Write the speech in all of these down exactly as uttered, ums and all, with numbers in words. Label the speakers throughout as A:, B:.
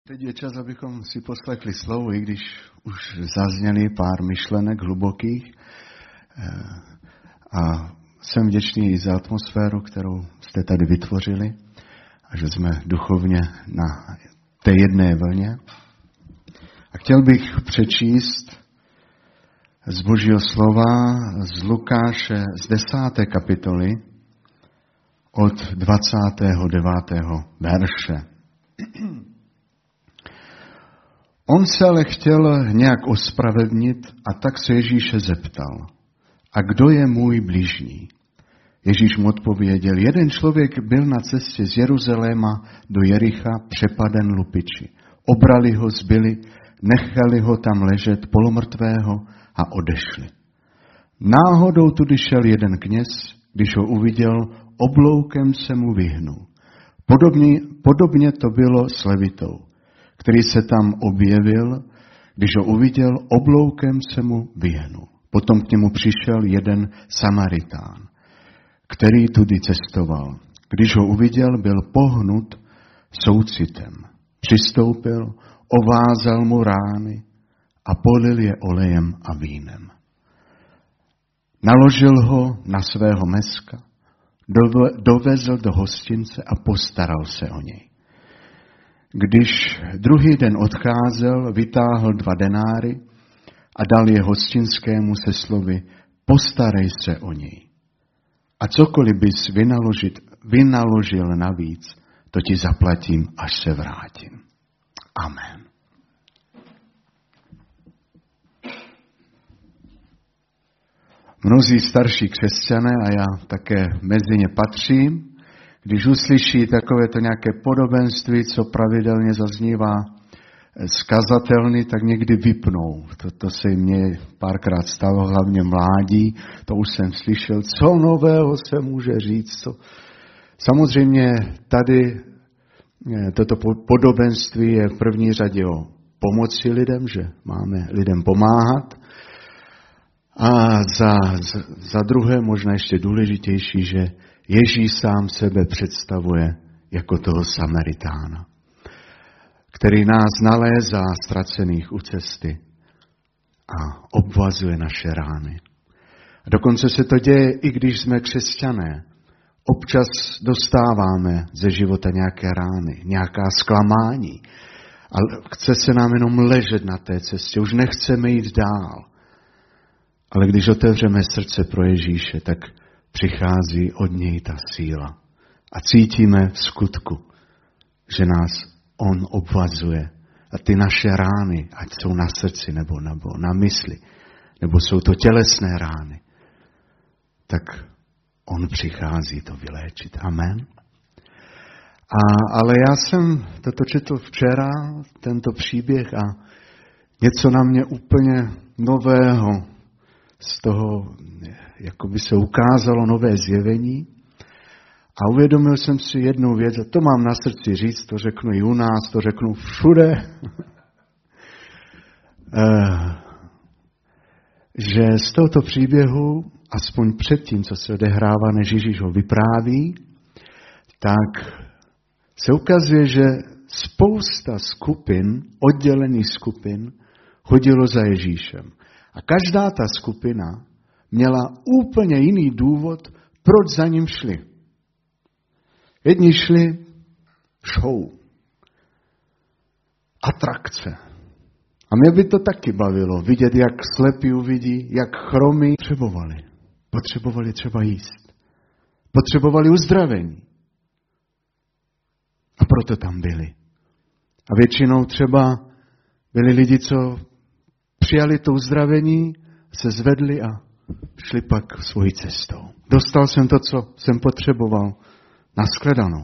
A: Teď je čas, abychom si poslechli slovo, i když už zazněly pár myšlenek hlubokých. A jsem vděčný i za atmosféru, kterou jste tady vytvořili a že jsme duchovně na té jedné vlně. A chtěl bych přečíst z Božího slova z Lukáše z desáté kapitoly od dvacátého devátého verše. On se ale chtěl nějak ospravedlnit a tak se Ježíše zeptal: a kdo je můj bližní? Ježíš mu odpověděl: jeden člověk byl na cestě z Jeruzaléma do Jericha přepaden lupiči. Obrali ho, zbili, nechali ho tam ležet polomrtvého a odešli. Náhodou tudy šel jeden kněz, když ho uviděl, obloukem se mu vyhnul. Podobně, podobně to bylo s levitou, který se tam objevil, když ho uviděl, obloukem se mu vyhnul. Potom k němu přišel jeden Samaritán, který tudy cestoval. Když ho uviděl, byl pohnut soucitem. Přistoupil, ovázal mu rány a polil je olejem a vínem. Naložil ho na svého meska, dovezl do hostince a postaral se o něj. Když druhý den odcházel, vytáhl dva denáry a dal je hostinskému se slovy: postarej se o něj. A cokoliv bys vynaložit, vynaložil navíc, to ti zaplatím, až se vrátím. Amen. Mnozí starší křesťané, a já také mezi ně patřím, když uslyší takovéto nějaké podobenství, co pravidelně zaznívá z kazatelny, tak někdy vypnou. To, to se mně párkrát stalo, hlavně mládí, to už jsem slyšel, co nového se může říct. Co... Samozřejmě tady toto podobenství je v první řadě o pomoci lidem, že máme lidem pomáhat. A za, za druhé, možná ještě důležitější, že Ježíš sám sebe představuje jako toho Samaritána, který nás nalézá ztracených u cesty a obvazuje naše rány. A dokonce se to děje, i když jsme křesťané. Občas dostáváme ze života nějaké rány, nějaká zklamání. A chce se nám jenom ležet na té cestě, už nechceme jít dál. Ale když otevřeme srdce pro Ježíše, tak přichází od něj ta síla. A cítíme v skutku, že nás on obvazuje. A ty naše rány, ať jsou na srdci nebo, nebo na mysli, nebo jsou to tělesné rány, tak on přichází to vyléčit. Amen. A, ale já jsem toto četl včera, tento příběh, a něco na mě úplně nového z toho, jako by se ukázalo nové zjevení. A uvědomil jsem si jednu věc, a to mám na srdci říct, to řeknu i u nás, to řeknu všude, že z tohoto příběhu, aspoň před tím, co se odehrává, než Ježíš ho vypráví, tak se ukazuje, že spousta skupin, oddělených skupin, chodilo za Ježíšem. A každá ta skupina měla úplně jiný důvod, proč za ním šli. Jedni šli show, atrakce. A mě by to taky bavilo, vidět, jak slepí uvidí, jak chromí. Potřebovali. Potřebovali třeba jíst. Potřebovali uzdravení. A proto tam byli. A většinou třeba byli lidi, co přijali to uzdravení, se zvedli a šli pak svojí cestou. Dostal jsem to, co jsem potřeboval, nashledanou.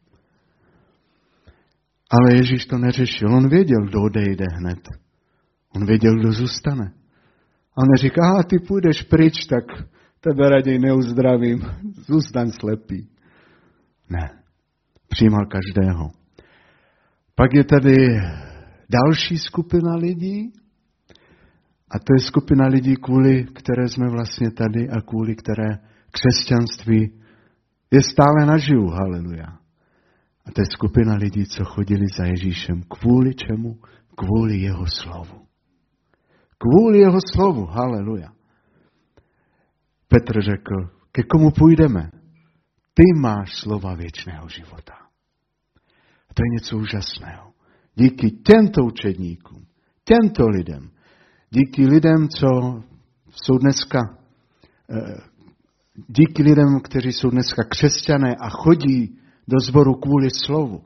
A: Ale Ježíš to neřešil. On věděl, kdo odejde hned. On věděl, kdo zůstane. A on neříká: aha, ty půjdeš pryč, tak tebe raději neuzdravím. Zůstaň slepý. Ne. Přijímal každého. Pak je tady další skupina lidí, a to je skupina lidí, kvůli které jsme vlastně tady a kvůli které křesťanství je stále naživu. Haleluja. A to je skupina lidí, co chodili za Ježíšem. Kvůli čemu? Kvůli jeho slovu. Kvůli jeho slovu. Haleluja. Petr řekl, ke komu půjdeme? Ty máš slova věčného života. A to je něco úžasného. Díky těmto učedníkům, těmto lidem, díky lidem, co jsou dneska, díky lidem, kteří jsou dneska křesťané a chodí do sboru kvůli slovu,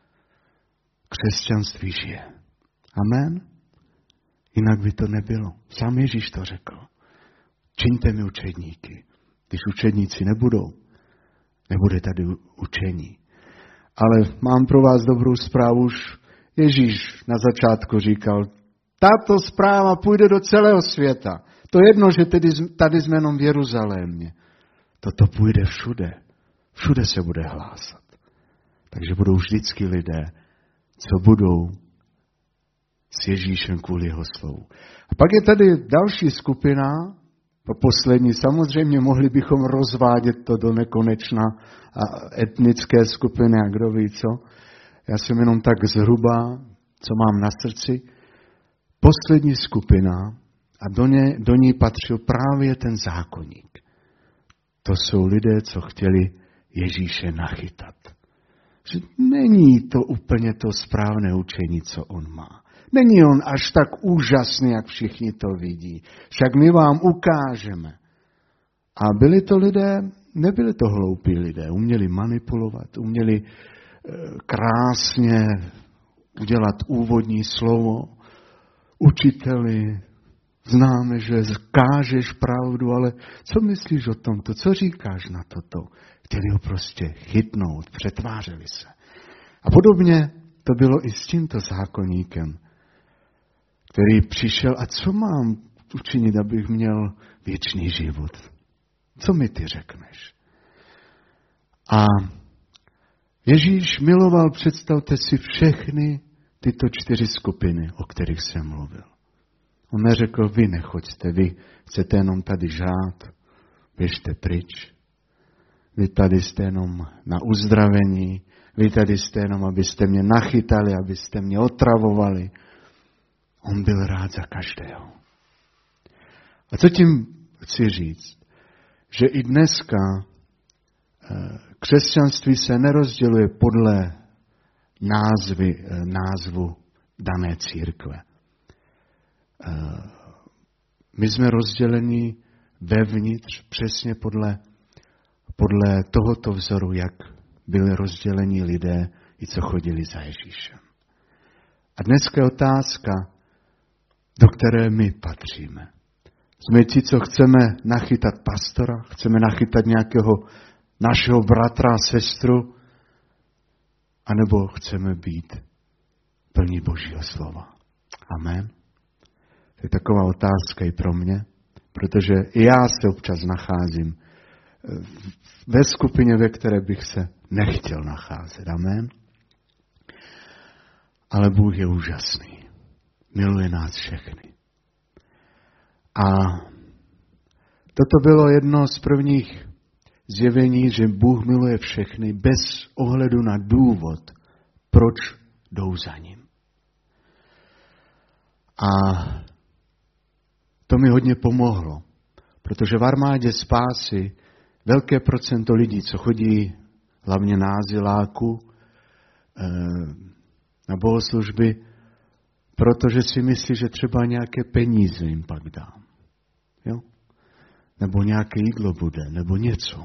A: křesťanství žije. Amen? Jinak by to nebylo. Sám Ježíš to řekl. Čiňte mi učedníky. Když učedníci nebudou, nebude tady učení. Ale mám pro vás dobrou zprávu. Už Ježíš na začátku říkal, tato zpráva půjde do celého světa. To jedno, že tady, tady jsme jenom v Jeruzalémě. Toto půjde všude. Všude se bude hlásat. Takže budou vždycky lidé, co budou s Ježíšem kvůli jeho slovu. A pak je tady další skupina, to poslední. Samozřejmě mohli bychom rozvádět to do nekonečna a etnické skupiny a kdo ví co. Já jsem jenom tak zhruba, co mám na srdci. Poslední skupina a do, ně, do ní patřil právě ten zákonník. To jsou lidé, co chtěli Ježíše nachytat. Že není to úplně to správné učení, co on má. Není on až tak úžasný, jak všichni to vidí. Však my vám ukážeme. A byli to lidé, nebyli to hloupí lidé, uměli manipulovat, uměli krásně udělat úvodní slovo. Učiteli, známe, že kážeš pravdu, ale co myslíš o tomto? Co říkáš na toto? Chtěli ho prostě chytnout, přetvářeli se. A podobně to bylo i s tímto zákonníkem, který přišel a co mám učinit, abych měl věčný život? Co mi ty řekneš? A Ježíš miloval, představte si, všechny tyto čtyři skupiny, o kterých jsem mluvil. On neřekl, vy nechoďte, vy chcete jenom tady žát, běžte pryč. Vy tady jste jenom na uzdravení, vy tady jste jenom, abyste mě nachytali, abyste mě otravovali. On byl rád za každého. A co tím chci říct? Že i dneska křesťanství se nerozděluje podle názvy, názvu dané církve. My jsme rozděleni vevnitř přesně podle, podle tohoto vzoru, jak byli rozděleni lidé, i co chodili za Ježíšem. A dneska je otázka, do které my patříme. Jsme ti, co chceme nachytat pastora, chceme nachytat nějakého našeho bratra a sestru, anebo chceme být plní Božího slova. Amen. To je taková otázka i pro mě, protože i já se občas nacházím ve skupině, ve které bych se nechtěl nacházet. Amen. Ale Bůh je úžasný. Miluje nás všechny. A toto bylo jedno z prvních zjevení, že Bůh miluje všechny bez ohledu na důvod, proč jdou za ním. A to mi hodně pomohlo, protože v armádě spásy velké procento lidí, co chodí hlavně na azyláku, na bohoslužby, protože si myslí, že třeba nějaké peníze jim pak dám. Jo? Nebo nějaké jídlo bude, nebo něco.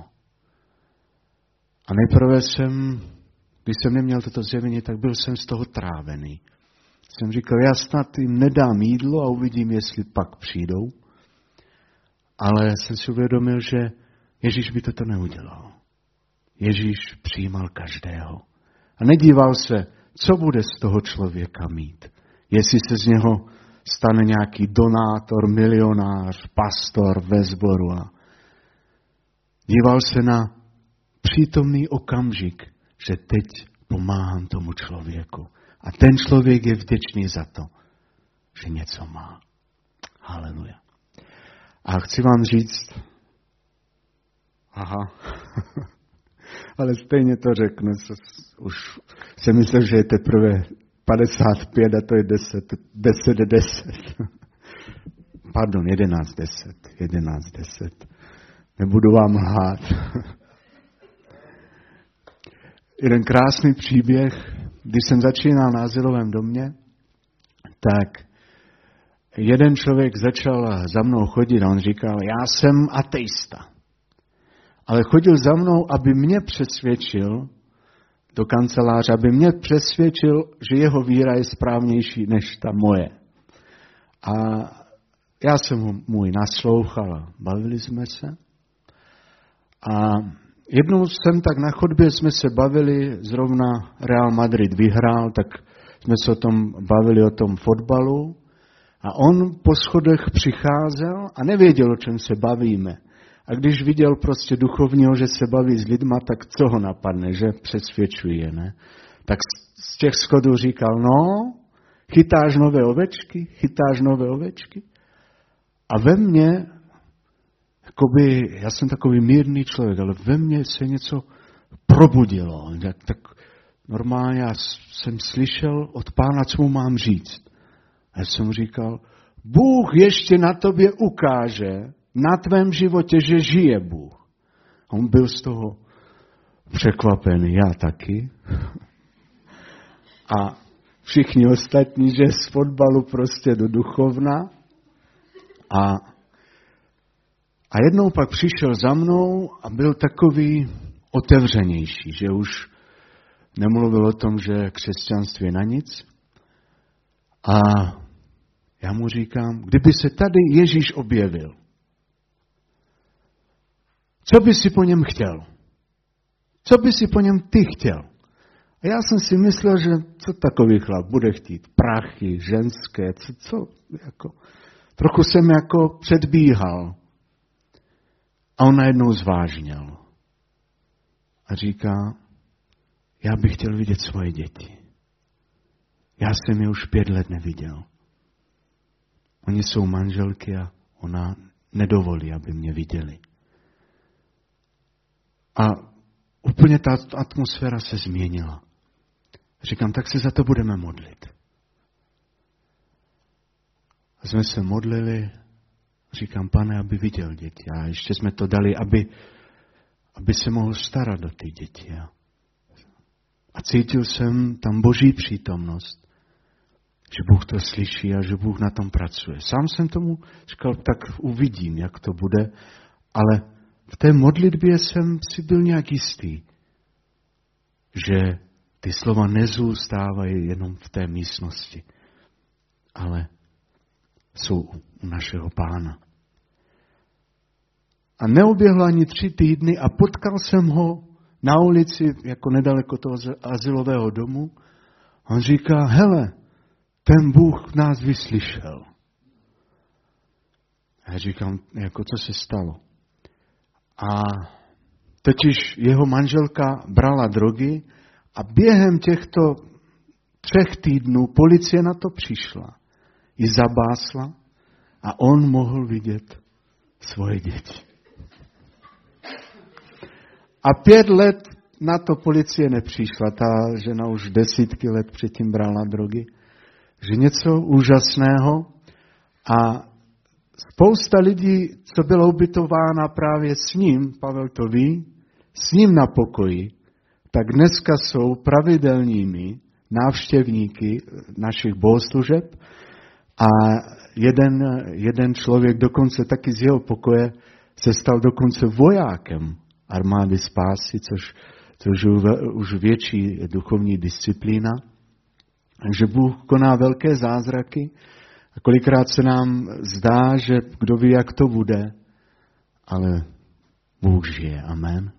A: A nejprve jsem, když jsem neměl toto zjevení, tak byl jsem z toho trávený. Jsem říkal, já snad jim nedám jídlo a uvidím, jestli pak přijdou. Ale jsem si uvědomil, že Ježíš by toto neudělal. Ježíš přijímal každého. A nedíval se, co bude z toho člověka mít. Jestli se z něho stane nějaký donátor, milionář, pastor ve sboru. A díval se na přítomný okamžik, že teď pomáhám tomu člověku. A ten člověk je vděčný za to, že něco má. Haleluja. A chci vám říct, aha, Ale stejně to řeknu. Už jsem myslel, že je teprve padesát pět a to je deset, deset, deset. Pardon, jedenáct, deset. jedenáct, deset. Nebudu vám lhát. Jeden krásný příběh, když jsem začínal na azylovém domě, tak jeden člověk začal za mnou chodit a on říkal, já jsem ateista. Ale chodil za mnou, aby mě přesvědčil do kanceláře, aby mě přesvědčil, že jeho víra je správnější než ta moje. A já jsem mu můj naslouchal a bavili jsme se. A jednou jsem tak na chodbě jsme se bavili, zrovna Real Madrid vyhrál, tak jsme se o tom bavili, o tom fotbalu. A on po schodech přicházel a nevěděl, o čem se bavíme. A když viděl prostě duchovního, že se baví s lidma, tak co ho napadne, že přesvědčuje, ne? Tak z těch schodů říkal, no, chytáš nové ovečky, chytáš nové ovečky. A ve mně, jakoby, já jsem takový mírný člověk, ale ve mně se něco probudilo. Tak, tak normálně já jsem slyšel od Pána, co mu mám říct. A já jsem mu říkal, Bůh ještě na tobě ukáže, na tvém životě, že žije Bůh. A on byl z toho překvapený, já taky. A všichni ostatní, že z fotbalu prostě do duchovna. A, a jednou pak přišel za mnou a byl takový otevřenější, že už nemluvil o tom, že křesťanství je na nic. A já mu říkám, kdyby se tady Ježíš objevil, co by si po něm chtěl? Co by si po něm ty chtěl? A já jsem si myslel, že co takový chlap bude chtít? Prachy, ženské, co, co jako... Trochu jsem jako předbíhal. A on najednou zvážněl. A říká, já bych chtěl vidět svoje děti. Já jsem je už pět let neviděl. Oni jsou manželky a ona nedovolí, aby mě viděli. A úplně ta atmosféra se změnila. Říkám, tak se za to budeme modlit. A jsme se modlili, říkám, Pane, aby viděl děti. A ještě jsme to dali, aby, aby se mohl starat o ty děti. A cítil jsem tam Boží přítomnost, že Bůh to slyší a že Bůh na tom pracuje. Sám jsem tomu říkal, tak uvidím, jak to bude, ale v té modlitbě jsem si byl nějak jistý, že ty slova nezůstávají jenom v té místnosti, ale jsou u našeho Pána. A neuběhlo ani tři týdny a potkal jsem ho na ulici, jako nedaleko toho azylového domu. A on říká, hele, ten Bůh nás vyslyšel. A já říkám, jako co se stalo? A totiž jeho manželka brala drogy a během těchto třech týdnů policie na to přišla. Ji zabásla a on mohl vidět svoje děti. A pět let na to policie nepřišla. Ta žena už desítky let předtím brala drogy. Že něco úžasného. A spousta lidí, co bylo ubytována právě s ním, Pavel to ví, s ním na pokoji, tak dneska jsou pravidelnými návštěvníky našich bohoslužeb a jeden, jeden člověk dokonce taky z jeho pokoje se stal dokonce vojákem armády spásy, což, což je už větší duchovní disciplína. Takže Bůh koná velké zázraky a kolikrát se nám zdá, že kdo ví, jak to bude, ale Bůh žije. Amen.